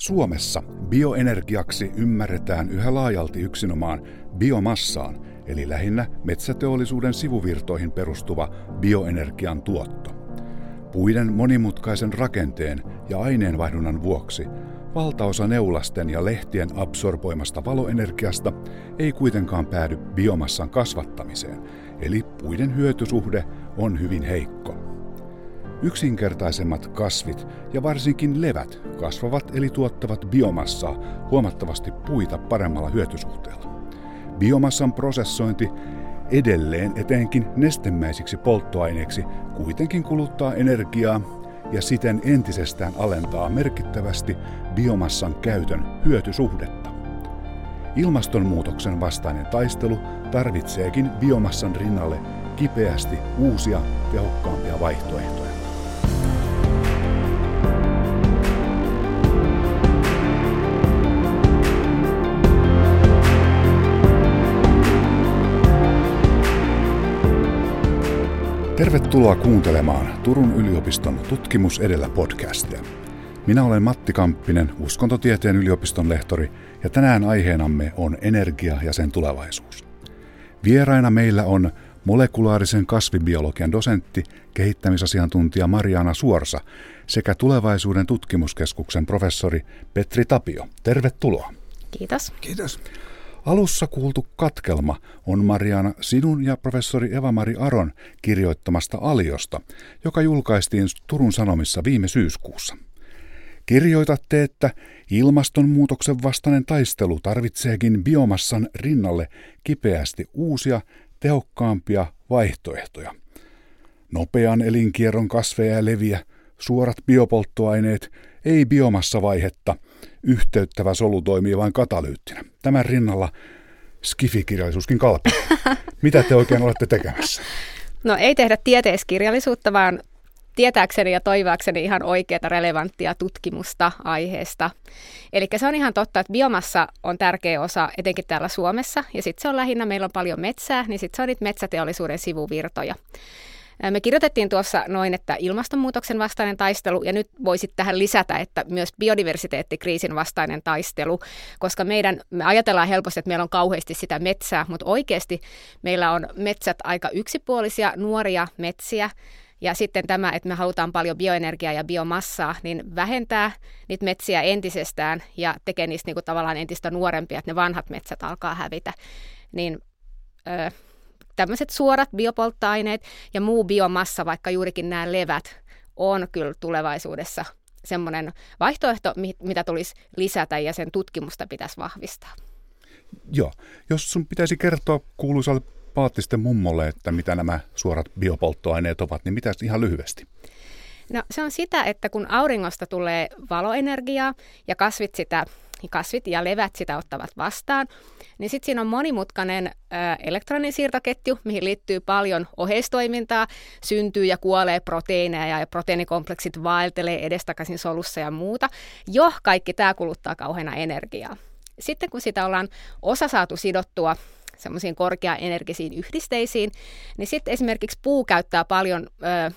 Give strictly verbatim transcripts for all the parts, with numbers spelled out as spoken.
Suomessa bioenergiaksi ymmärretään yhä laajalti yksinomaan biomassaan, eli lähinnä metsäteollisuuden sivuvirtoihin perustuva bioenergian tuotto. Puiden monimutkaisen rakenteen ja aineenvaihdunnan vuoksi valtaosa neulasten ja lehtien absorboimasta valoenergiasta ei kuitenkaan päädy biomassan kasvattamiseen, eli puiden hyötysuhde on hyvin heikko. Yksinkertaisemmat kasvit ja varsinkin levät kasvavat eli tuottavat biomassaa huomattavasti puita paremmalla hyötysuhteella. Biomassan prosessointi edelleen etenkin nestemäisiksi polttoaineiksi kuitenkin kuluttaa energiaa ja siten entisestään alentaa merkittävästi biomassan käytön hyötysuhdetta. Ilmastonmuutoksen vastainen taistelu tarvitseekin biomassan rinnalle kipeästi uusia, tehokkaampia vaihtoehtoja. Tervetuloa kuuntelemaan Turun yliopiston Tutkimus edellä podcastia. Minä olen Matti Kamppinen, uskontotieteen yliopiston lehtori, ja tänään aiheenamme on energia ja sen tulevaisuus. Vieraina meillä on molekulaarisen kasvibiologian dosentti, kehittämisasiantuntija Mariana Suorsa sekä Tulevaisuuden tutkimuskeskuksen professori Petri Tapio. Tervetuloa. Kiitos. Kiitos. Alussa kuultu katkelma on Mariana sinun ja professori Eva-Mari Aron kirjoittamasta Aliosta, joka julkaistiin Turun Sanomissa viime syyskuussa. Kirjoitatte, että ilmastonmuutoksen vastainen taistelu tarvitseekin biomassan rinnalle kipeästi uusia, tehokkaampia vaihtoehtoja. Nopean elinkierron kasveja ja leviä, suorat biopolttoaineet, ei biomassavaihetta, yhteyttävä solu toimii vain katalyyttinä. Tämän rinnalla skifikirjallisuuskin kalpaa. Mitä te oikein olette tekemässä? No ei tehdä tieteiskirjallisuutta, vaan tietääkseni ja toivoakseni ihan oikeaa relevanttia tutkimusta aiheesta. Eli se on ihan totta, että biomassa on tärkeä osa etenkin täällä Suomessa, ja sitten se on lähinnä, meillä on paljon metsää, niin sitten se on niitä metsäteollisuuden sivuvirtoja. Me kirjoitettiin tuossa noin, että ilmastonmuutoksen vastainen taistelu, ja nyt voisit tähän lisätä, että myös biodiversiteettikriisin vastainen taistelu, koska meidän, me ajatellaan helposti, että meillä on kauheasti sitä metsää, mutta oikeasti meillä on metsät aika yksipuolisia, nuoria metsiä, ja sitten tämä, että me halutaan paljon bioenergiaa ja biomassaa, niin vähentää niitä metsiä entisestään ja tekee niistä niin kuin tavallaan entistä nuorempia, että ne vanhat metsät alkaa hävitä, niin öö, tämmöiset suorat biopolttoaineet ja muu biomassa, vaikka juurikin nämä levät, on kyllä tulevaisuudessa semmoinen vaihtoehto, mitä tulisi lisätä ja sen tutkimusta pitäisi vahvistaa. Joo, jos sun pitäisi kertoa kuuluisalle Paattisten mummolle, että mitä nämä suorat biopolttoaineet ovat, niin mitä ihan lyhyesti? No se on sitä, että kun auringosta tulee valoenergiaa ja kasvit sitä kasvit ja levät sitä ottavat vastaan, niin sitten siinä on monimutkainen ö, elektronisiirtoketju, mihin liittyy paljon oheistoimintaa, syntyy ja kuolee proteiineja ja proteiinikompleksit vaeltelee edestakaisin solussa ja muuta. Jo kaikki tämä kuluttaa kauheana energiaa. Sitten kun sitä ollaan osa saatu sidottua semmoisiin korkeaenergisiin yhdisteisiin, niin sitten esimerkiksi puu käyttää paljon ö,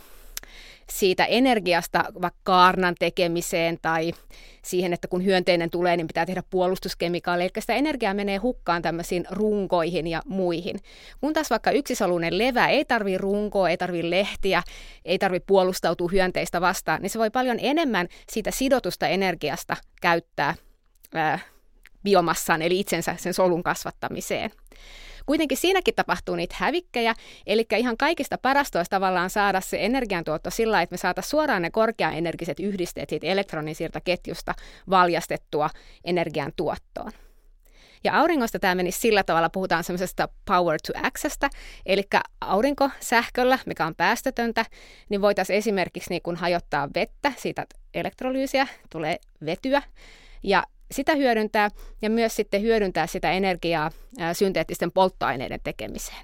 siitä energiasta vaikka kaarnan tekemiseen tai siihen, että kun hyönteinen tulee, niin pitää tehdä puolustuskemikaaleja. Eli sitä energiaa menee hukkaan tämmöisiin runkoihin ja muihin. Kun taas vaikka yksisoluinen levä ei tarvitse runkoa, ei tarvitse lehtiä, ei tarvitse puolustautua hyönteistä vastaan, niin se voi paljon enemmän siitä sidotusta energiasta käyttää ää, biomassaan, eli itsensä sen solun kasvattamiseen. Kuitenkin siinäkin tapahtuu niitä hävikkejä, eli ihan kaikista parasta olisi tavallaan saada se energiantuotto sillä, että me saataisiin suoraan ne korkeaenergiset yhdisteet siitä elektronisiirtoketjusta valjastettua energiantuottoon. Ja auringosta tämä menisi sillä tavalla, puhutaan semmoisesta power to x:stä, eli aurinkosähköllä, mikä on päästötöntä, niin voitaisiin esimerkiksi niin kun hajottaa vettä, siitä elektrolyysiä, tulee vetyä, ja sitä hyödyntää ja myös sitten hyödyntää sitä energiaa ää, synteettisten polttoaineiden tekemiseen.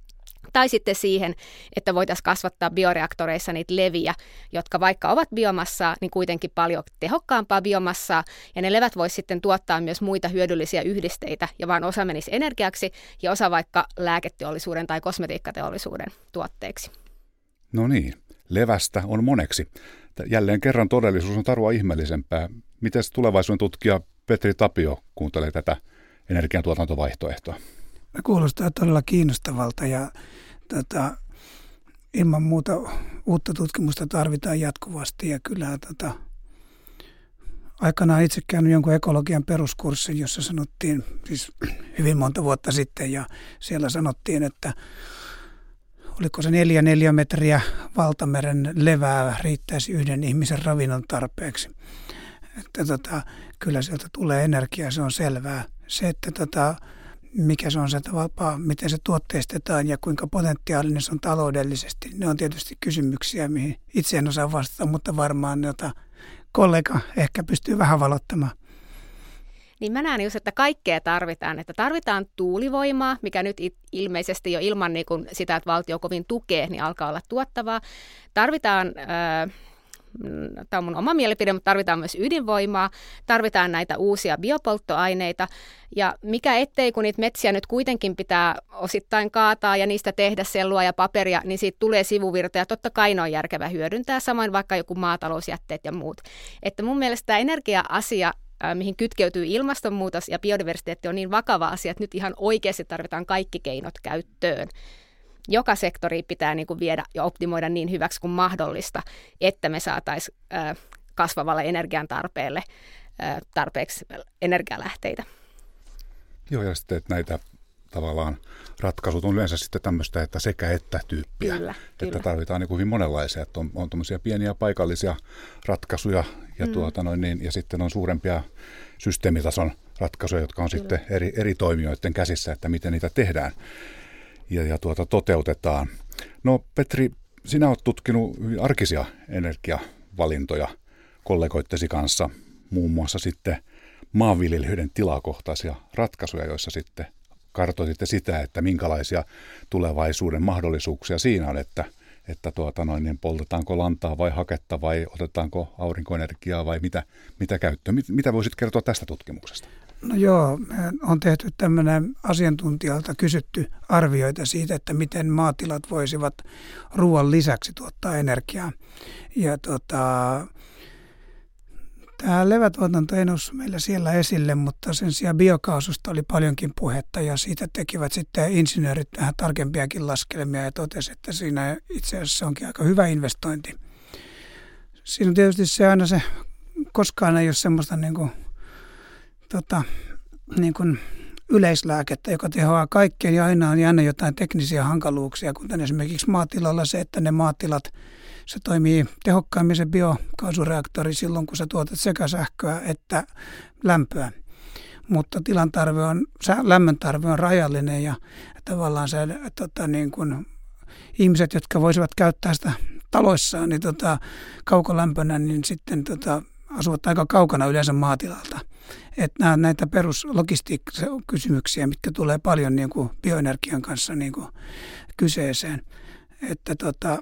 Tai sitten siihen, että voitaisiin kasvattaa bioreaktoreissa niitä leviä, jotka vaikka ovat biomassaa, niin kuitenkin paljon tehokkaampaa biomassaa, ja ne levät voisi sitten tuottaa myös muita hyödyllisiä yhdisteitä, ja vaan osa menisi energiaksi, ja osa vaikka lääketeollisuuden tai kosmetiikkateollisuuden tuotteeksi. No niin, levästä on moneksi. Jälleen kerran todellisuus on tarua ihmeellisempää. Miten tulevaisuuden tutkija Petri Tapio kuuntelee tätä energiantuotantovaihtoehtoa? Kuulostaa todella kiinnostavalta ja tota, ilman muuta uutta tutkimusta tarvitaan jatkuvasti ja kyllä tota, aikanaan itse käynyt jonkun ekologian peruskurssin, jossa sanottiin, siis hyvin monta vuotta sitten ja siellä sanottiin, että oliko se neljä neliömetriä valtameren levää riittäisi yhden ihmisen ravinnon tarpeeksi. Että tota, kyllä sieltä tulee energiaa, se on selvää. Se, että tota, mikä se on se vapaa, miten se tuotteistetaan ja kuinka potentiaalinen se on taloudellisesti, ne on tietysti kysymyksiä, mihin itse en osaa vastata, mutta varmaan jota kollega ehkä pystyy vähän valottamaan. Niin mä näen just, että kaikkea tarvitaan. Että tarvitaan tuulivoimaa, mikä nyt ilmeisesti jo ilman niin kuin sitä, että valtio kovin tukee, niin alkaa olla tuottavaa. Tarvitaan, äh, tämä on mun oma mielipide, mutta tarvitaan myös ydinvoimaa. Tarvitaan näitä uusia biopolttoaineita. Ja mikä ettei, kun niitä metsiä nyt kuitenkin pitää osittain kaataa ja niistä tehdä sellua ja paperia, niin siitä tulee sivuvirta ja totta kai ne on järkevä hyödyntää. Samoin vaikka joku maatalousjätteet ja muut. Että mun mielestä tämä energia-asia, mihin kytkeytyy ilmastonmuutos ja biodiversiteetti on niin vakava asia, että nyt ihan oikeasti tarvitaan kaikki keinot käyttöön. Joka sektori pitää niin kuin viedä ja optimoida niin hyväksi kuin mahdollista, että me saataisiin kasvavalle energian tarpeelle tarpeeksi energialähteitä. Joo, ja sitten että näitä tavallaan ratkaisut on yleensä sitten tämmöistä, että sekä että tyyppiä. Kyllä, että kyllä. tarvitaan niin kuin hyvin monenlaisia, että on, on tämmöisiä pieniä paikallisia ratkaisuja ja, mm. tuota noin, niin, ja sitten on suurempia systeemitason ratkaisuja, jotka on kyllä. sitten eri, eri toimijoiden käsissä, että miten niitä tehdään ja, ja tuota, toteutetaan. No Petri, sinä olet tutkinut arkisia energiavalintoja kollegoittesi kanssa, muun muassa sitten maanviljelijöiden tilakohtaisia ratkaisuja, joissa sitten kartoititte sitä, että minkälaisia tulevaisuuden mahdollisuuksia siinä on, että, että tuota noin, niin poltetaanko lantaa vai haketta vai otetaanko aurinkoenergiaa vai mitä, mitä käyttöön. Mit, mitä voisit kertoa tästä tutkimuksesta? No joo, on tehty tämmöinen asiantuntijalta kysytty arvioita siitä, että miten maatilat voisivat ruoan lisäksi tuottaa energiaa. Ja tota, tämä levätuotanto ei noussut meillä siellä esille, mutta sen sijaan biokaasusta oli paljonkin puhetta ja siitä tekivät sitten insinöörit vähän tarkempiakin laskelmia ja totesi, että siinä itse asiassa onkin aika hyvä investointi. Siinä on tietysti se aina se, koskaan ei ole semmoista niin kuin, tota, niin kuin yleislääkettä, joka tehoaa kaikkeen ja aina on aina jotain teknisiä hankaluuksia, kuten esimerkiksi maatilalla se, että ne maatilat, se toimii tehokkaammin se biokaasureaktori silloin, kun sä tuotat sekä sähköä että lämpöä. Mutta tilan tarve on, lämmön tarve on rajallinen ja tavallaan se, tota, niin kun ihmiset, jotka voisivat käyttää sitä taloissaan niin tota, kaukolämpönä, niin sitten tota, asuvat aika kaukana yleensä maatilalta. Että nämä on näitä peruslogistiikkakysymyksiä, mitkä tulee paljon niin kuin bioenergian kanssa niin kuin kyseeseen. Että tota,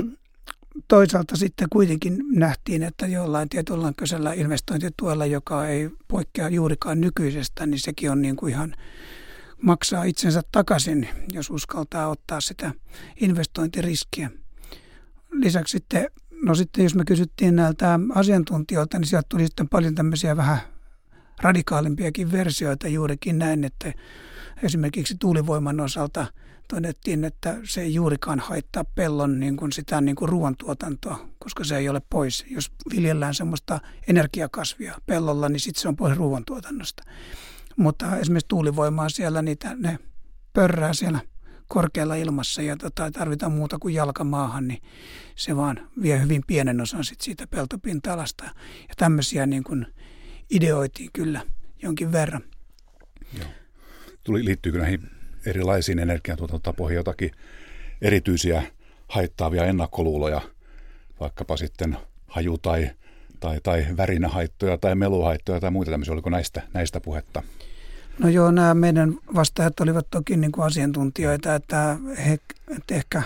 toisaalta sitten kuitenkin nähtiin, että jollain tietynlaisella investointituella, joka ei poikkea juurikaan nykyisestä, niin sekin on niin kuin ihan maksaa itsensä takaisin, jos uskaltaa ottaa sitä investointiriskiä. Lisäksi sitten, no sitten jos me kysyttiin näiltä asiantuntijoilta, niin sieltä tuli sitten paljon tämmöisiä vähän radikaalimpiakin versioita juurikin näin, että esimerkiksi tuulivoiman osalta todettiin, että se ei juurikaan haittaa pellon niin kuin sitä niin kuin ruoantuotantoa, koska se ei ole pois. Jos viljellään semmoista energiakasvia pellolla, niin sitten se on pois ruoantuotannosta. Mutta esimerkiksi tuulivoimaa siellä, niitä, ne pörrää siellä korkealla ilmassa ja tota, tarvitaan muuta kuin jalkamaahan, niin se vaan vie hyvin pienen osan sit siitä peltopinta-alasta. Ja tämmöisiä niin kuin ideoitiin kyllä jonkin verran. Joo. Tuli, liittyykö näihin erilaisiin energiantuotantotapoihin jotakin erityisiä haittaavia ennakkoluuloja, vaikkapa sitten haju- tai, tai, tai värinähaittoja tai meluhaittoja tai muita tämmöisiä, oliko näistä, näistä puhetta? No joo, nämä meidän vastaajat olivat toki niin kuin asiantuntijoita, että he että ehkä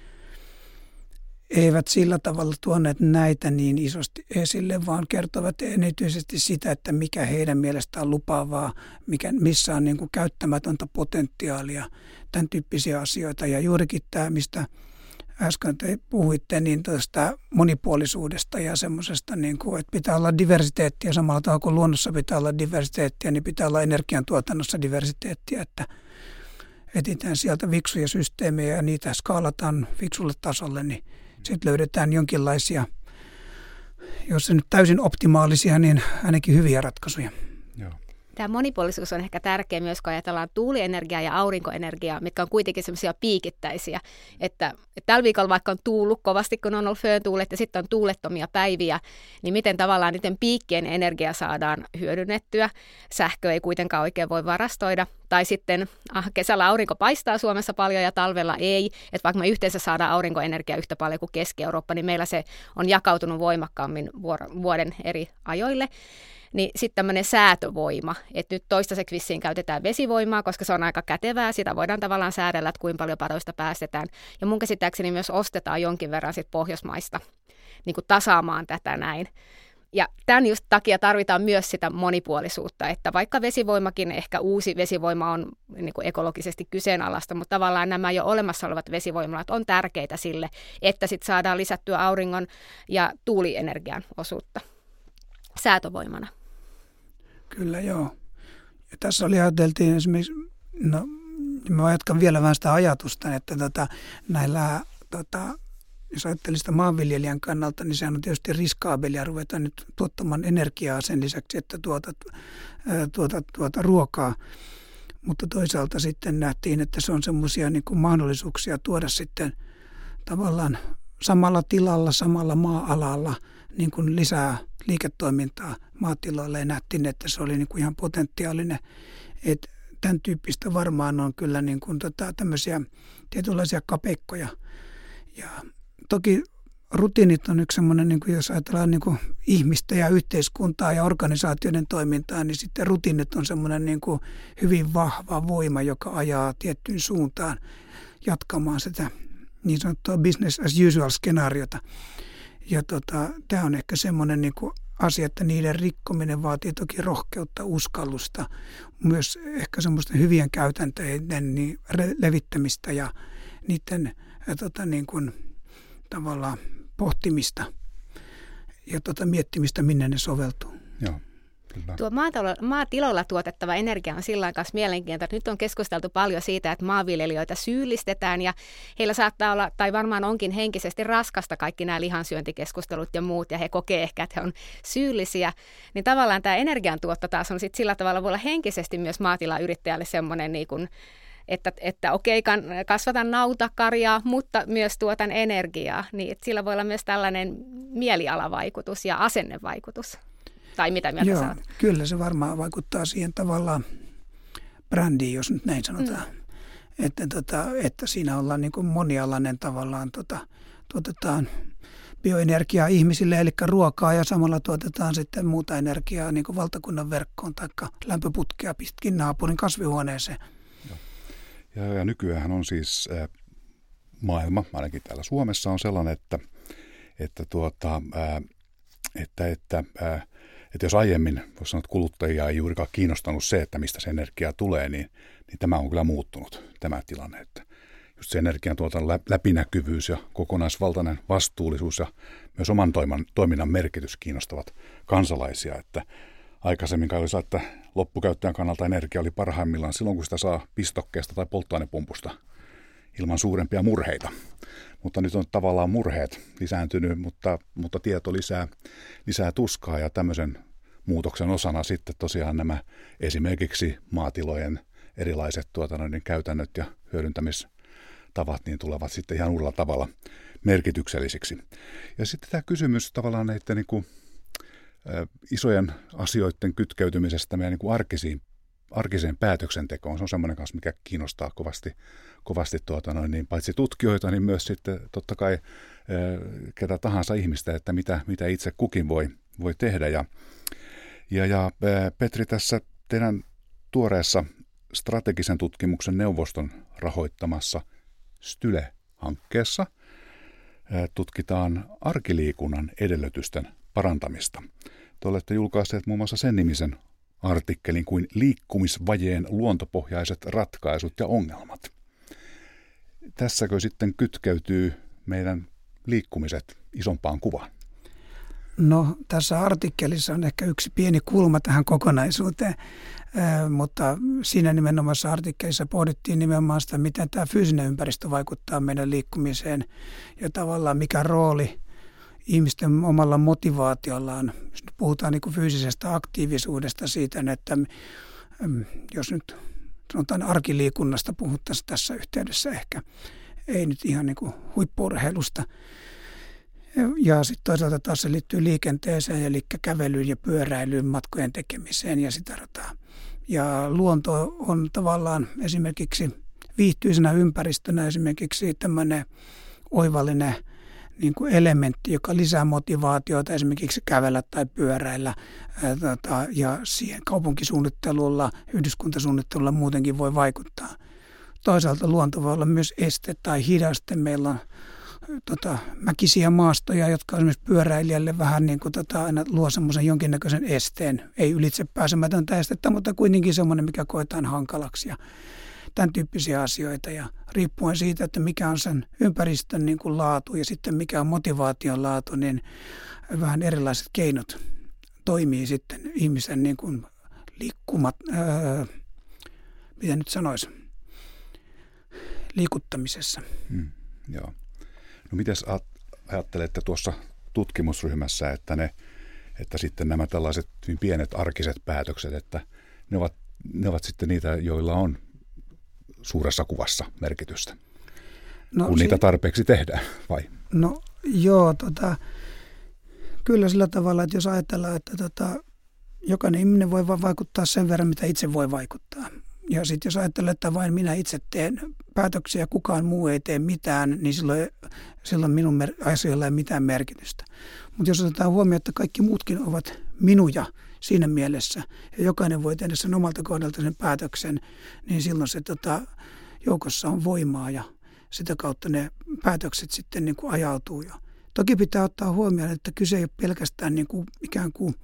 eivät sillä tavalla tuoneet näitä niin isosti esille, vaan kertovat erityisesti sitä, että mikä heidän mielestään on lupaavaa, mikä, missä on niin kuin käyttämätöntä potentiaalia, tämän tyyppisiä asioita. Ja juurikin tämä, mistä äsken te puhuitte niin tuosta monipuolisuudesta ja semmoisesta, niin kuin, että pitää olla diversiteettiä samalla tavalla kuin luonnossa pitää olla diversiteettiä, niin pitää olla energiantuotannossa diversiteettiä, että etsitään sieltä fiksuja systeemejä ja niitä skaalataan fiksulle tasolle, niin sitten löydetään jonkinlaisia, jos se nyt täysin optimaalisia, niin ainakin hyviä ratkaisuja. Joo. Tämä monipuolisuus on ehkä tärkeä myös, kun ajatellaan tuulienergiaa ja aurinkoenergiaa, mitkä on kuitenkin semmoisia piikittäisiä. Että, että tällä viikolla vaikka on tuullut kovasti, kun on ollut fööntuulet ja sitten on tuulettomia päiviä, niin miten tavallaan niiden piikkien energia saadaan hyödynnettyä. Sähkö ei kuitenkaan oikein voi varastoida. Tai sitten ah, kesällä aurinko paistaa Suomessa paljon ja talvella ei. Että vaikka me yhteensä saadaan aurinkoenergiaa yhtä paljon kuin Keski-Eurooppa, niin meillä se on jakautunut voimakkaammin vuoden eri ajoille. Niin sitten tämmöinen säätövoima, että nyt toistaiseksi vissiin käytetään vesivoimaa, koska se on aika kätevää, sitä voidaan tavallaan säädellä, että kuinka paljon padoista päästetään. Ja mun käsittääkseni myös ostetaan jonkin verran sit Pohjoismaista niin kuin tasaamaan tätä näin. Ja tämän just takia tarvitaan myös sitä monipuolisuutta, että vaikka vesivoimakin, ehkä uusi vesivoima on niin kuin ekologisesti kyseenalaista, mutta tavallaan nämä jo olemassa olevat vesivoimalat on tärkeitä sille, että sitten saadaan lisättyä auringon ja tuulienergian osuutta säätövoimana. Kyllä joo. Ja tässä oli ajateltiin esimerkiksi, no mä jatkan vielä vähän sitä ajatusta, että tota, näillä, tota, jos ajattelin sitä maanviljelijän kannalta, niin sehän on tietysti riskaabelia ruveta nyt tuottamaan energiaa sen lisäksi, että tuotat, tuotat, tuotat ruokaa. Mutta toisaalta sitten nähtiin, että se on semmoisia niin kuin mahdollisuuksia tuoda sitten tavallaan samalla tilalla, samalla maa-alalla niin kuin lisää liiketoimintaa maatiloille ja nähtiin, että se oli niin kuin ihan potentiaalinen. Että tämän tyyppistä varmaan on kyllä niin kuin tota, tämmöisiä tietynlaisia kapeikkoja. Ja toki rutiinit on yksi semmoinen, niin kuin jos ajatellaan niin kuin ihmistä ja yhteiskuntaa ja organisaatioiden toimintaa, niin sitten rutiinit on semmoinen niin kuin hyvin vahva voima, joka ajaa tiettyyn suuntaan jatkamaan sitä niin sanottua business as usual -skenaariota. Ja tota, tämä on ehkä semmoinen niin kuin asia, että niiden rikkominen vaatii toki rohkeutta, uskallusta, myös ehkä semmoisten hyvien käytäntöjen niin levittämistä ja niiden ja tota, niin kuin, tavallaan pohtimista ja tota, miettimistä, minne ne soveltuu. Joo. Kyllä. Tuo maatalo- maatiloilla tuotettava energia on sillä kanssa mielenkiintoista. Nyt on keskusteltu paljon siitä, että maanviljelijöitä syyllistetään ja heillä saattaa olla, tai varmaan onkin henkisesti raskasta kaikki nämä lihansyöntikeskustelut ja muut, ja he kokee ehkä, että he on syyllisiä. Niin tavallaan tämä energiantuotto taas on sit sillä tavalla voi olla henkisesti myös maatilayrittäjälle semmoinen niin kuin että, että okei, kasvatan nautakarjaa, mutta myös tuotan energiaa, niin että sillä voi olla myös tällainen mielialavaikutus ja asennevaikutus. Tai mitä mieltä Joo, saat? Kyllä se varmaan vaikuttaa siihen tavallaan brändiin, jos nyt näin sanotaan. Mm. Että, tota, että siinä ollaan niin kuin monialainen tavallaan, tota, tuotetaan bioenergiaa ihmisille, eli ruokaa, ja samalla tuotetaan sitten muuta energiaa niin kuin valtakunnan verkkoon tai lämpöputkea pitkin naapurin kasvihuoneeseen. Ja, ja nykyään on siis äh, maailma, ainakin täällä Suomessa, on sellainen, että, että, tuota, äh, että, että, äh, että jos aiemmin, voisi sanoa, että kuluttajia ei juurikaan kiinnostanut se, että mistä se energia tulee, niin, niin tämä on kyllä muuttunut, tämä tilanne. Että just se energiantuotannon läpinäkyvyys ja kokonaisvaltainen vastuullisuus ja myös oman toiman, toiminnan merkitys kiinnostavat kansalaisia, että aikaisemmin kai olisi, että loppukäyttäjän kannalta energia oli parhaimmillaan silloin, kun sitä saa pistokkeesta tai polttoainepumpusta ilman suurempia murheita. Mutta nyt on tavallaan murheet lisääntynyt, mutta, mutta tieto lisää, lisää tuskaa, ja tämmöisen muutoksen osana sitten tosiaan nämä esimerkiksi maatilojen erilaiset tuotannoiden käytännöt ja hyödyntämistavat niin tulevat sitten ihan uudella tavalla merkityksellisiksi. Ja sitten tämä kysymys tavallaan näiden niin kuin isojen asioiden kytkeytymisestä meidän niin kuin arkisiin, arkiseen päätöksentekoon. Se on semmoinen kanssa, mikä kiinnostaa kovasti, kovasti tuota noin, niin paitsi tutkijoita, niin myös sitten totta kai ketä tahansa ihmistä, että mitä, mitä itse kukin voi, voi tehdä. Ja, ja, ja Petri, tässä teidän tuoreessa strategisen tutkimuksen neuvoston rahoittamassa STYLE-hankkeessa tutkitaan arkiliikunnan edellytysten parantamista. Te olette julkaisseet muun muassa sen nimisen artikkelin kuin liikkumisvajeen luontopohjaiset ratkaisut ja ongelmat. Tässäkö sitten kytkeytyy meidän liikkumiset isompaan kuvaan? No tässä artikkelissa on ehkä yksi pieni kulma tähän kokonaisuuteen, äh, mutta siinä nimenomaisessa artikkelissa pohdittiin nimenomaan sitä, miten tämä fyysinen ympäristö vaikuttaa meidän liikkumiseen ja tavallaan mikä rooli ihmisten omalla motivaatiollaan, jos nyt puhutaan niin kuin fyysisestä aktiivisuudesta siitä, että jos nyt sanotaan arkiliikunnasta puhuttaisiin tässä yhteydessä ehkä, ei nyt ihan niin kuin huippu-urheilusta. Ja sitten toisaalta taas se liittyy liikenteeseen, eli kävelyyn ja pyöräilyyn, matkojen tekemiseen ja sitä rataa. Ja luonto on tavallaan esimerkiksi viihtyisenä ympäristönä esimerkiksi tämmöinen oivallinen niin kuin elementti, joka lisää motivaatiota esimerkiksi kävellä tai pyöräillä ää, tota, ja siihen kaupunkisuunnittelulla, yhdyskuntasuunnittelulla muutenkin voi vaikuttaa. Toisaalta luonto voi olla myös este tai hidaste. Meillä on tota, mäkisiä maastoja, jotka esimerkiksi pyöräilijälle vähän niin kuin, tota, aina luo semmoisen jonkinnäköisen esteen. Ei ylitse pääsemätöntä estettä, mutta kuitenkin semmoinen, mikä koetaan hankalaksi. Ja tämän tyyppisiä asioita ja riippuen siitä, että mikä on sen ympäristön niin kuin laatu ja sitten mikä on motivaation laatu, niin vähän erilaiset keinot toimii sitten ihmisen niin kuin liikkumat, ää, mitä nyt sanoisi, liikuttamisessa. Hmm, joo. No mites ajattelette tuossa tutkimusryhmässä, että, ne, että sitten nämä tällaiset hyvin pienet arkiset päätökset, että ne ovat, ne ovat sitten niitä, joilla on suuressa kuvassa merkitystä, no, kun si- niitä tarpeeksi tehdään, vai? No joo, tota, kyllä sillä tavalla, että jos ajatellaan, että tota, jokainen ihminen voi vain vaikuttaa sen verran, mitä itse voi vaikuttaa. Ja sitten jos ajattelee, että vain minä itse teen päätöksiä ja kukaan muu ei tee mitään, niin silloin, silloin minun mer- asioilla ei ole mitään merkitystä. Mutta jos otetaan huomioon, että kaikki muutkin ovat minuja siinä mielessä, ja jokainen voi tehdä sen omalta kohdalta sen päätöksen, niin silloin se tota, joukossa on voimaa ja sitä kautta ne päätökset sitten niin kuin ajautuu. Ja toki pitää ottaa huomioon, että kyse ei ole pelkästään niin kuin ikään kuin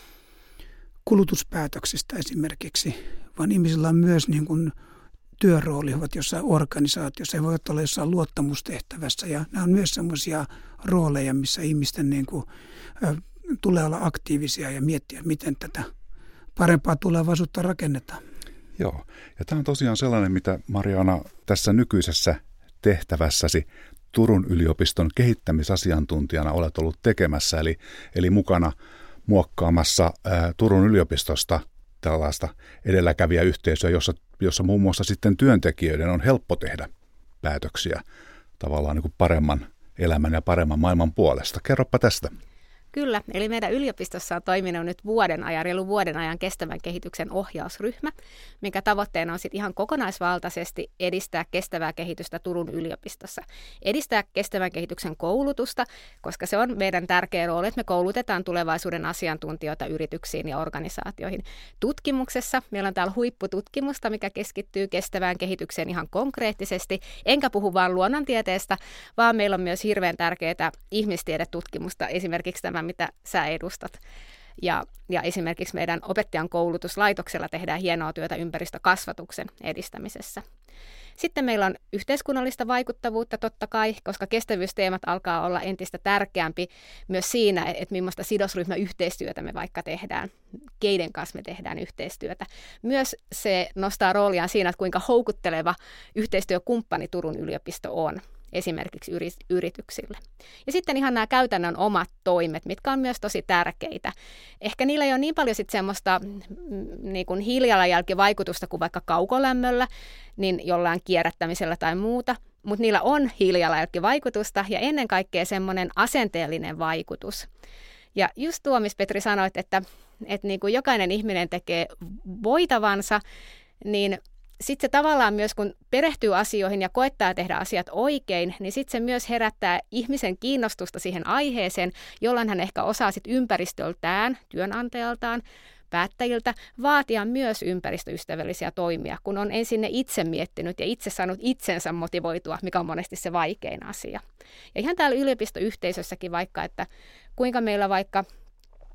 kulutuspäätöksistä esimerkiksi, vaan ihmisillä on myös niin kuin työrooli, he ovat jossain organisaatiossa, he voivat olla jossain luottamustehtävässä ja nämä on myös sellaisia rooleja, missä ihmisten niin kuin, ä, tulee olla aktiivisia ja miettiä, miten tätä parempaa tulevaisuutta rakennetaan. Joo, ja tämä on tosiaan sellainen, mitä Mariana tässä nykyisessä tehtävässäsi Turun yliopiston kehittämisasiantuntijana olet ollut tekemässä, eli, eli mukana muokkaamassa ää, Turun yliopistosta tällaista edelläkävijäyhteisöä, jossa, jossa muun muassa sitten työntekijöiden on helppo tehdä päätöksiä tavallaan niin kuin paremman elämän ja paremman maailman puolesta. Kerropa tästä. Kyllä, eli meidän yliopistossa on toiminut nyt vuoden ajan, reilu vuoden ajan kestävän kehityksen ohjausryhmä, minkä tavoitteena on sitten ihan kokonaisvaltaisesti edistää kestävää kehitystä Turun yliopistossa. Edistää kestävän kehityksen koulutusta, koska se on meidän tärkeä rooli, että me koulutetaan tulevaisuuden asiantuntijoita yrityksiin ja organisaatioihin. Tutkimuksessa meillä on täällä huippututkimusta, mikä keskittyy kestävään kehitykseen ihan konkreettisesti, enkä puhu vain luonnontieteestä, vaan meillä on myös hirveän tärkeää ihmistiedetutkimusta, esimerkiksi tämä mitä sä edustat. Ja, ja esimerkiksi meidän opettajan koulutuslaitoksella tehdään hienoa työtä ympäristökasvatuksen edistämisessä. Sitten meillä on yhteiskunnallista vaikuttavuutta totta kai, koska kestävyysteemat alkaa olla entistä tärkeämpi myös siinä, että millaista sidosryhmäyhteistyötä me vaikka tehdään, keiden kanssa me tehdään yhteistyötä. Myös se nostaa rooliaan siinä, että kuinka houkutteleva yhteistyökumppani Turun yliopisto on esimerkiksi yrityksille. Ja sitten ihan nämä käytännön omat toimet, mitkä on myös tosi tärkeitä. Ehkä niillä ei ole niin paljon sitten semmoista niin kuin hiilijalanjälkivaikutusta kuin vaikka kaukolämmöllä, niin jollain kierrättämisellä tai muuta, mutta niillä on hiilijalanjälkivaikutusta ja ennen kaikkea semmoinen asenteellinen vaikutus. Ja just tuo, missä Petri sanoit, että, että niin kuin jokainen ihminen tekee voitavansa, niin sitten se tavallaan myös, kun perehtyy asioihin ja koettaa tehdä asiat oikein, niin sitten se myös herättää ihmisen kiinnostusta siihen aiheeseen, jolloin hän ehkä osaa sitten ympäristöltään, työnantajaltaan, päättäjiltä vaatia myös ympäristöystävällisiä toimia, kun on ensin ne itse miettinyt ja itse saanut itsensä motivoitua, mikä on monesti se vaikein asia. Ja ihan täällä yliopistoyhteisössäkin vaikka, että kuinka meillä vaikka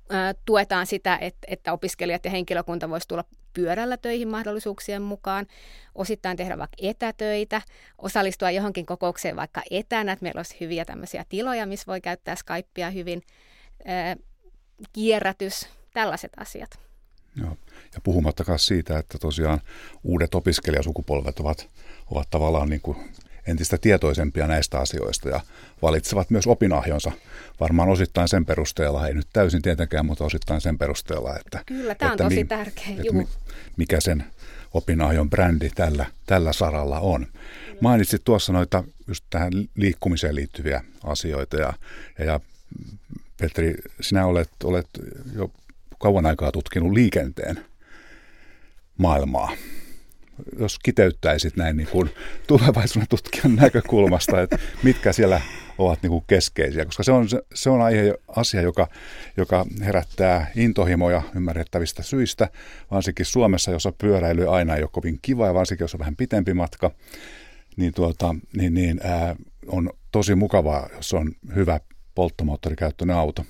tuetaan sitä, että, että opiskelijat ja henkilökunta voisi tulla pyörällä töihin mahdollisuuksien mukaan, osittain tehdä vaikka etätöitä, osallistua johonkin kokoukseen vaikka etänä, että meillä olisi hyviä tämmöisiä tiloja, missä voi käyttää Skypea hyvin, kierrätys, tällaiset asiat. Joo. Ja puhumattakaan siitä, että tosiaan uudet opiskelijasukupolvet ovat, ovat tavallaan niin kuin entistä tietoisempia näistä asioista ja valitsevat myös opinahjonsa varmaan osittain sen perusteella, ei nyt täysin tietenkään, mutta osittain sen perusteella, että, Kyllä, tämä on että tosi mi, tärkeä. Että mikä sen opinahjon brändi tällä, tällä saralla on. Kyllä. Mainitsit tuossa noita just tähän liikkumiseen liittyviä asioita ja, ja, ja Petri, sinä olet, olet jo kauan aikaa tutkinut liikenteen maailmaa. Jos kiteyttäisit näin niin kuin tulevaisuuden tutkijan näkökulmasta, että mitkä siellä ovat niin kuin keskeisiä, koska se on, se on aihe, asia, joka, joka herättää intohimoja ymmärrettävistä syistä, varsinkin Suomessa, jossa pyöräily aina ei ole kovin kiva ja varsinkin, jos on vähän pitempi matka, niin, tuota, niin, niin ää, on tosi mukavaa, jos on hyvä polttomoottorikäyttöinen auto.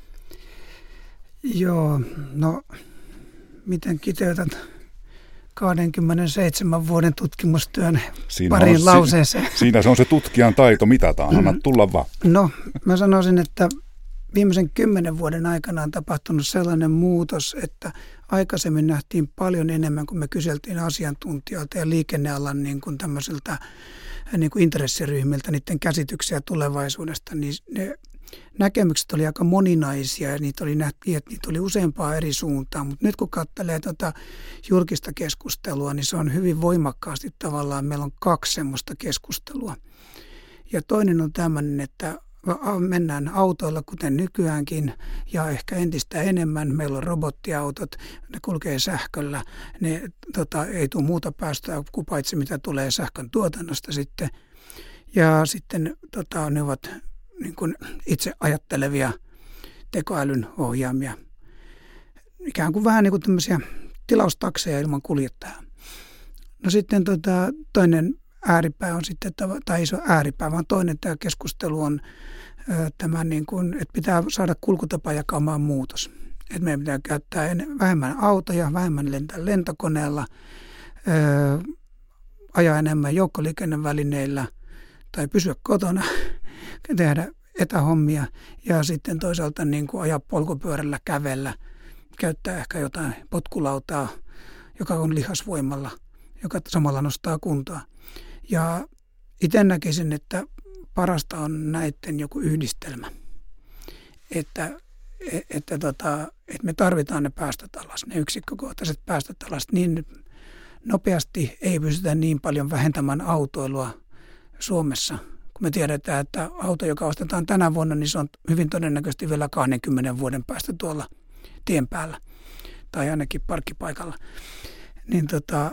Joo, no miten kiteytät kaksikymmentäseitsemän vuoden tutkimustyön siinä pariin on, lauseeseen? Si, siinä se on se tutkijan taito, mitataan, anna tulla vaan. No, mä sanoisin, että viimeisen kymmenen vuoden aikana on tapahtunut sellainen muutos, että aikaisemmin nähtiin paljon enemmän, kun me kyseltiin asiantuntijoilta ja liikennealan niin kuin tämmöisiltä niin kuin intressiryhmiltä niiden käsityksiä tulevaisuudesta, niin ne näkemykset oli aika moninaisia ja niitä oli nähtiin, että niitä oli useampaa eri suuntaan, mutta nyt kun katselee tuota julkista keskustelua, niin se on hyvin voimakkaasti tavallaan, meillä on kaksi semmoista keskustelua. Ja toinen on tämmöinen, että mennään autoilla kuten nykyäänkin ja ehkä entistä enemmän. Meillä on robottiautot, ne kulkee sähköllä, ne tota, ei tule muuta päästöä kuin paitsi mitä tulee sähkön tuotannosta sitten. Ja sitten tota, ne ovat niin kuin itse ajattelevia tekoälyn ohjaamia. Ikään kuin vähän niin kuin tämmöisiä tilaustakseja ilman kuljettajaa. No sitten tota, toinen ääripää on sitten, tai ei se ole ääripää, vaan toinen tämä keskustelu on ö, tämä niin kuin, että pitää saada kulkutapajakaumaan muutos. Että meidän pitää käyttää en, vähemmän autoja, vähemmän lentää lentokoneella, ö, ajaa enemmän joukkoliikennevälineillä tai pysyä kotona, tehdä etähommia ja sitten toisaalta niin kuin ajaa polkupyörällä, kävellä, käyttää ehkä jotain potkulautaa, joka on lihasvoimalla, joka samalla nostaa kuntoa. Ja itse näkisin, että parasta on näiden joku yhdistelmä, että, että, tota, että me tarvitaan ne päästöt alas, ne yksikkökohtaiset päästöt alas. Niin nopeasti ei pystytä niin paljon vähentämään autoilua Suomessa, kun me tiedetään, että auto, joka ostetaan tänä vuonna, niin se on hyvin todennäköisesti vielä kaksikymmentä vuoden päästä tuolla tien päällä tai ainakin parkkipaikalla. Niin, tota,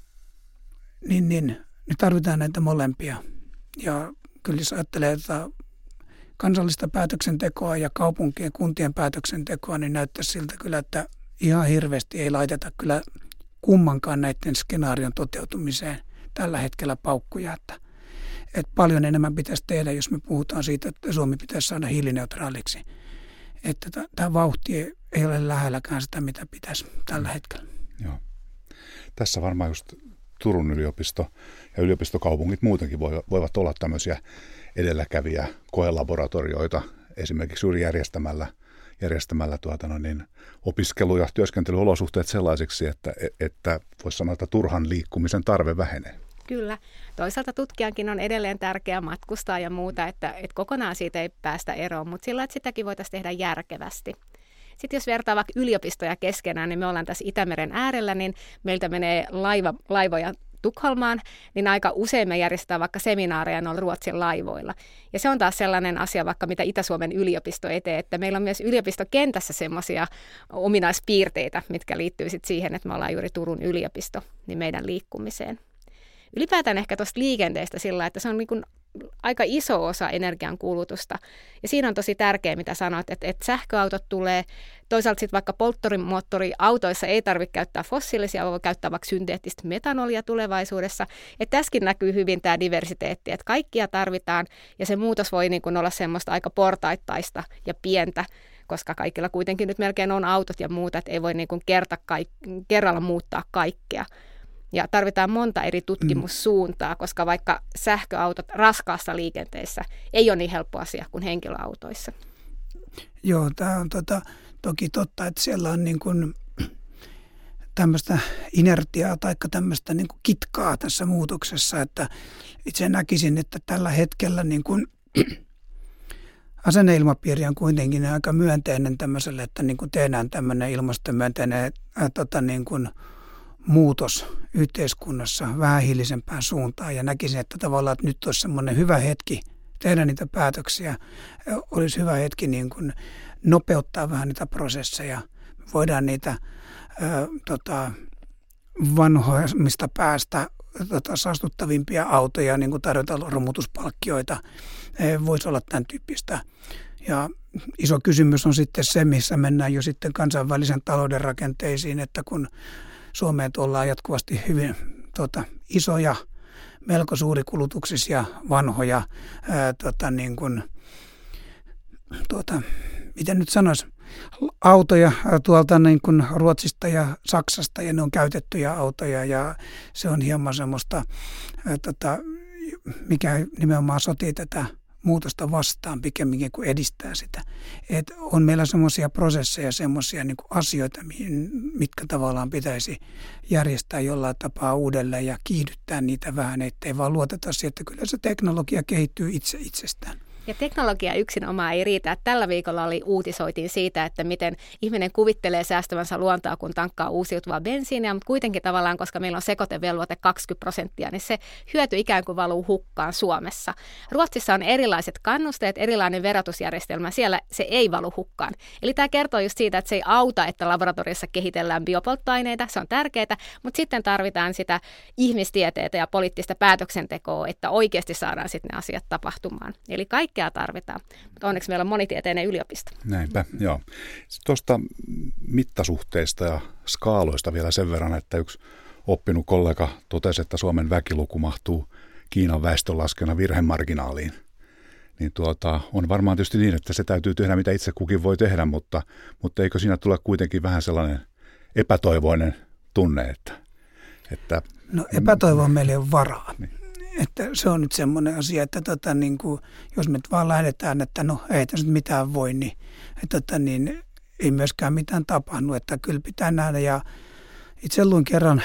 niin, niin niin tarvitaan näitä molempia. Ja kyllä jos ajattelee että kansallista päätöksentekoa ja kaupunkien kuntien päätöksentekoa, niin näyttäisi siltä kyllä, että ihan hirveästi ei laiteta kyllä kummankaan näiden skenaarion toteutumiseen tällä hetkellä paukkuja. Että, että paljon enemmän pitäisi tehdä, jos me puhutaan siitä, että Suomi pitäisi saada hiilineutraaliksi. Että tämä vauhti ei ole lähelläkään sitä, mitä pitäisi tällä hetkellä. Joo. Tässä varmaan just Turun yliopisto ja yliopistokaupungit muutenkin voivat olla tämmöisiä edelläkäviä koelaboratorioita esimerkiksi juuri järjestämällä, järjestämällä tuota no niin, opiskelu- ja työskentelyolosuhteet sellaisiksi, että, että voisi sanoa, että turhan liikkumisen tarve vähenee. Kyllä. Toisaalta tutkijankin on edelleen tärkeää matkustaa ja muuta, että, että kokonaan siitä ei päästä eroon, mutta sillä, että sitäkin voitaisiin tehdä järkevästi. Sitten jos vertaa vaikka yliopistoja keskenään, niin me ollaan tässä Itämeren äärellä, niin meiltä menee laiva, laivoja Tukholmaan, niin aika usein me järjestetään vaikka seminaareja noilla Ruotsin laivoilla. Ja se on taas sellainen asia, vaikka mitä Itä-Suomen yliopisto etee, että meillä on myös yliopistokentässä semmoisia ominaispiirteitä, mitkä liittyy sitten siihen, että me ollaan juuri Turun yliopisto, niin meidän liikkumiseen. Ylipäätään ehkä tuosta liikenteestä sillä, että se on niin kuin aika iso osa energian kulutusta. Ja siinä on tosi tärkeää, mitä sanoit, että, että sähköautot tulee. Toisaalta sitten vaikka polttomoottoriautoissa ei tarvitse käyttää fossiilisia, voi käyttää vaikka synteettistä metanolia tulevaisuudessa. Että tässäkin näkyy hyvin tämä diversiteetti, että kaikkia tarvitaan ja se muutos voi niin kuin olla semmoista aika portaittaista ja pientä, koska kaikilla kuitenkin nyt melkein on autot ja muuta, että ei voi niin kuin kerta kaik- kerralla muuttaa kaikkea. Ja tarvitaan monta eri tutkimussuuntaa, koska vaikka sähköautot raskaassa liikenteessä ei ole niin helppo asia kuin henkilöautoissa. Joo, tämä on tota, toki totta, että siellä on niin kuin tämmöistä inertiaa tai tämmöistä niin kuin kitkaa tässä muutoksessa, että itse näkisin, että tällä hetkellä niin kuin asenneilmapiiri on kuitenkin aika myönteinen tämmöiselle, että niin kuin tehdään tämmöinen ilmastomyönteinen ää, tota, niin kuin muutos yhteiskunnassa vähähiilisempään suuntaan ja näkisin, että tavallaan että nyt olisi semmoinen hyvä hetki tehdä niitä päätöksiä, olisi hyvä hetki niin kuin nopeuttaa vähän niitä prosesseja. Voidaan niitä ä, tota, vanhoimmista päästä tota, saastuttavimpia autoja, niin kuin tarjota romutuspalkkioita, e, voisi olla tämän tyyppistä. Ja iso kysymys on sitten se, missä mennään jo sitten kansainvälisen talouden rakenteisiin, että kun Suomeen ollaan jatkuvasti hyvin tota, isoja, melko suurikulutuksisia, vanhoja, ää, tota, niin kuin, tuota, miten nyt sanoisi, autoja tuolta niin kuin Ruotsista ja Saksasta, ja ne on käytettyjä autoja, ja se on hieman semmoista, ää, tota, mikä nimenomaan sotii tätä muutosta vastaan pikemminkin kuin edistää sitä. Et on meillä semmoisia prosesseja, semmoisia niin kuin asioita, mitkä tavallaan pitäisi järjestää jollain tapaa uudelleen ja kiihdyttää niitä vähän, ettei vaan luoteta siihen, että kyllä se teknologia kehittyy itse itsestään. Ja teknologia yksinomaan ei riitä. Tällä viikolla oli uutisoitiin siitä, että miten ihminen kuvittelee säästävänsä luontoa, kun tankkaa uusiutuvaa bensiiniä, mutta kuitenkin tavallaan, koska meillä on sekoitevelvoite kaksikymmentä prosenttia, niin se hyöty ikään kuin valuu hukkaan Suomessa. Ruotsissa on erilaiset kannusteet, erilainen verotusjärjestelmä, siellä se ei valu hukkaan. Eli tämä kertoo just siitä, että se ei auta, että laboratoriossa kehitellään biopolttoaineita, se on tärkeää, mutta sitten tarvitaan sitä ihmistieteitä ja poliittista päätöksentekoa, että oikeasti saadaan sitten ne asiat tapahtumaan. Eli kaikki tarvitaan, mutta onneksi meillä on monitieteinen yliopisto. Näinpä, joo. Tuosta mittasuhteista ja skaaloista vielä sen verran, että yksi oppinut kollega totesi, että Suomen väkiluku mahtuu Kiinan väestönlaskena virhemarginaaliin. Niin tuota, on varmaan tietysti niin, että se täytyy tehdä, mitä itse kukin voi tehdä, mutta, mutta eikö siinä tule kuitenkin vähän sellainen epätoivoinen tunne, että... että no epätoivoa meillä ei ole varaa. Niin. Että se on nyt semmoinen asia, että tota, niin kuin, jos me vaan lähdetään, että no ei tässä nyt mitään voi, niin, että, tota, niin ei myöskään mitään tapahdu. Että kyllä pitää nähdä. Ja itse luin kerran,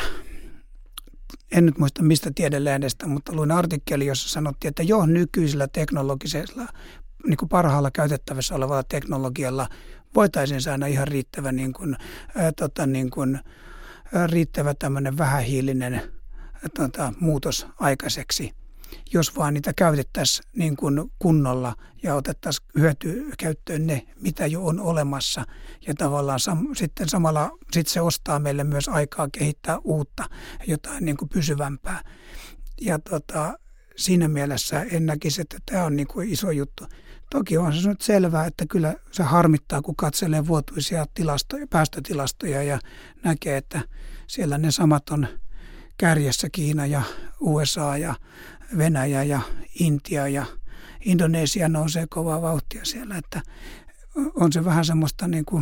en nyt muista mistä tiedelehdestä, mutta luin artikkeli, jossa sanottiin, että jo nykyisellä teknologisella, niin kuin parhaalla käytettävissä olevalla teknologialla voitaisiin saada ihan riittävä, niin kuin, ää, tota, niin kuin, ää, riittävä tämmöinen vähähiilinen Tuota, muutos aikaiseksi, jos vaan niitä käytettäisiin niin kuin kunnolla ja otettaisiin hyöty käyttöön ne, mitä jo on olemassa. Ja tavallaan sam- sitten samalla sit se ostaa meille myös aikaa kehittää uutta, jotain niin kuin pysyvämpää. Ja tota, siinä mielessä en näkisi, että tämä on niin kuin iso juttu. Toki on se nyt selvää, että kyllä se harmittaa, kun katselee vuotuisia tilastoja, päästötilastoja ja näkee, että siellä ne samat on kärjessä Kiina ja U S A ja Venäjä ja Intia ja Indonesia nousee kovaa vauhtia siellä, että on se vähän semmoista niin kuin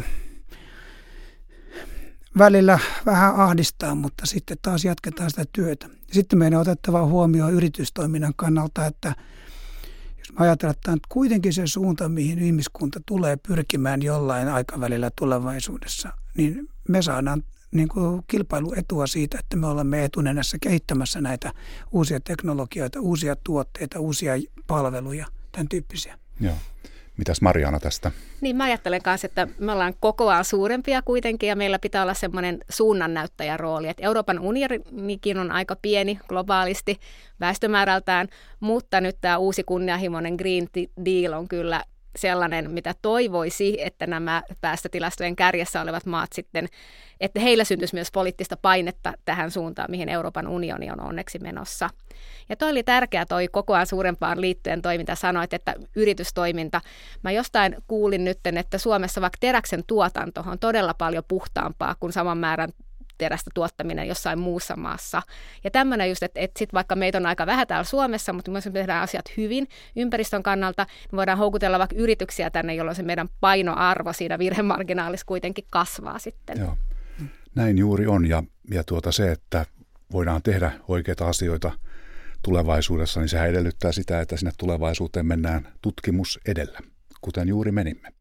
välillä vähän ahdistaa, mutta sitten taas jatketaan sitä työtä. Sitten meidän on otettava huomioon yritystoiminnan kannalta, että jos me ajatellaan, että on kuitenkin se suunta, mihin ihmiskunta tulee pyrkimään jollain aikavälillä tulevaisuudessa, niin me saadaan niin kuin kilpailuetua siitä, että me olemme etunenässä kehittämässä näitä uusia teknologioita, uusia tuotteita, uusia palveluja, tämän tyyppisiä. Joo. Mitäs Mariana tästä? Niin mä ajattelen kanssa, että me ollaan kokoaan suurempia kuitenkin ja meillä pitää olla semmoinen suunnannäyttäjän rooli. Että Euroopan unionikin on aika pieni globaalisti väestömäärältään, mutta nyt tämä uusi kunnianhimoinen Green Deal on kyllä sellainen, mitä toivoisi, että nämä päästötilastojen kärjessä olevat maat sitten, että heillä syntyisi myös poliittista painetta tähän suuntaan, mihin Euroopan unioni on onneksi menossa. Ja toi oli tärkeää toi kokoaan suurempaan liittyen toiminta sanoit, että yritystoiminta. Mä jostain kuulin nyt, että Suomessa vaikka teräksen tuotanto on todella paljon puhtaampaa kuin saman määrän terästä tuottaminen jossain muussa maassa. Ja tämmöinen just, että, että sit vaikka meitä on aika vähän täällä Suomessa, mutta myös me tehdään asiat hyvin ympäristön kannalta, me voidaan houkutella vaikka yrityksiä tänne, jolloin se meidän painoarvo siinä virhemarginaalissa kuitenkin kasvaa sitten. Joo. Näin juuri on ja, ja tuota se, että voidaan tehdä oikeita asioita tulevaisuudessa, niin sehän edellyttää sitä, että sinne tulevaisuuteen mennään tutkimus edellä, kuten juuri menimme.